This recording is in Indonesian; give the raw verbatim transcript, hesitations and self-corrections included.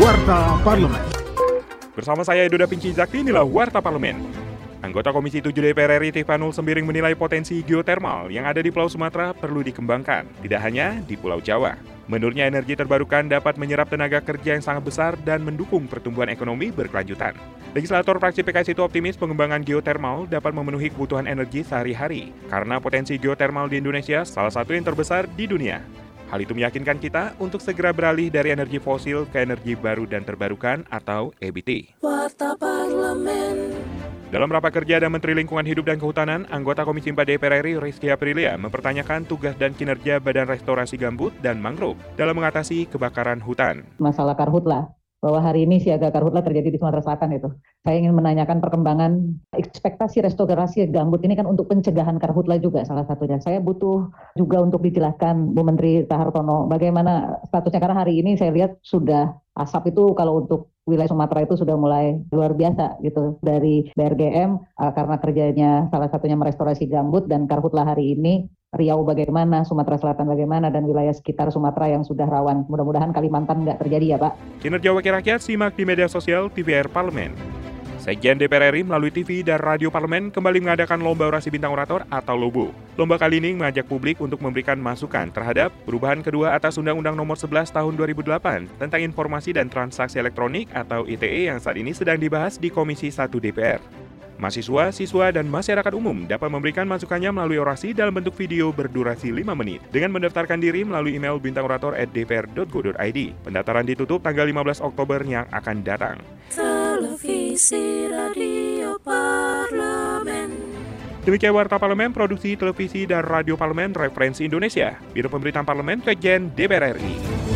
Warta Parlemen. Bersama saya Edo Pinci Zakti, inilah Warta Parlemen. Anggota Komisi tujuh D P R R I Tifanul Sembiring menilai potensi geotermal yang ada di Pulau Sumatera perlu dikembangkan, tidak hanya di Pulau Jawa. Menurutnya energi terbarukan dapat menyerap tenaga kerja yang sangat besar dan mendukung pertumbuhan ekonomi berkelanjutan. Legislator fraksi P K S itu optimis pengembangan geotermal dapat memenuhi kebutuhan energi sehari-hari, karena potensi geotermal di Indonesia salah satu yang terbesar di dunia. Hal itu meyakinkan kita untuk segera beralih dari energi fosil ke energi baru dan terbarukan atau E B T. Warta Parlemen. Dalam rapat kerja dan Menteri Lingkungan Hidup dan Kehutanan, anggota Komisi empat D P R R I Rizky Aprilia mempertanyakan tugas dan kinerja Badan Restorasi Gambut dan Mangrove dalam mengatasi kebakaran hutan. Masalah karhutla, bahwa hari ini siaga karhutla terjadi di Sumatera Selatan itu. Saya ingin menanyakan perkembangan ekspektasi restorasi gambut ini kan untuk pencegahan karhutla juga salah satunya. Saya butuh juga untuk dijelaskan Bu Menteri Tahartono bagaimana statusnya, karena hari ini saya lihat sudah asap itu kalau untuk wilayah Sumatera itu sudah mulai luar biasa gitu dari B R G M uh, karena kerjanya salah satunya merestorasi gambut dan karhutla hari ini. Riau bagaimana, Sumatera Selatan bagaimana, dan wilayah sekitar Sumatera yang sudah rawan. Mudah-mudahan Kalimantan nggak terjadi ya Pak. Kinerja Wakil Rakyat simak di media sosial T V R Parlemen. Sekjen D P R R I melalui T V dan Radio Parlemen kembali mengadakan Lomba Orasi Bintang Orator atau LOBO. Lomba kali ini mengajak publik untuk memberikan masukan terhadap perubahan kedua atas Undang-Undang Nomor sebelas Tahun dua ribu delapan tentang Informasi dan Transaksi Elektronik atau I T E yang saat ini sedang dibahas di Komisi satu D P R. Mahasiswa, siswa, dan masyarakat umum dapat memberikan masukannya melalui orasi dalam bentuk video berdurasi lima menit dengan mendaftarkan diri melalui email bintangorator at d p r dot go dot i d. Pendaftaran ditutup tanggal lima belas Oktober yang akan datang. Televisi Radio Parlemen. Demikian Warta Parlemen, produksi televisi dan radio Parlemen Referensi Indonesia, Biro Pemberitaan Parlemen, Sekjen D P R R I.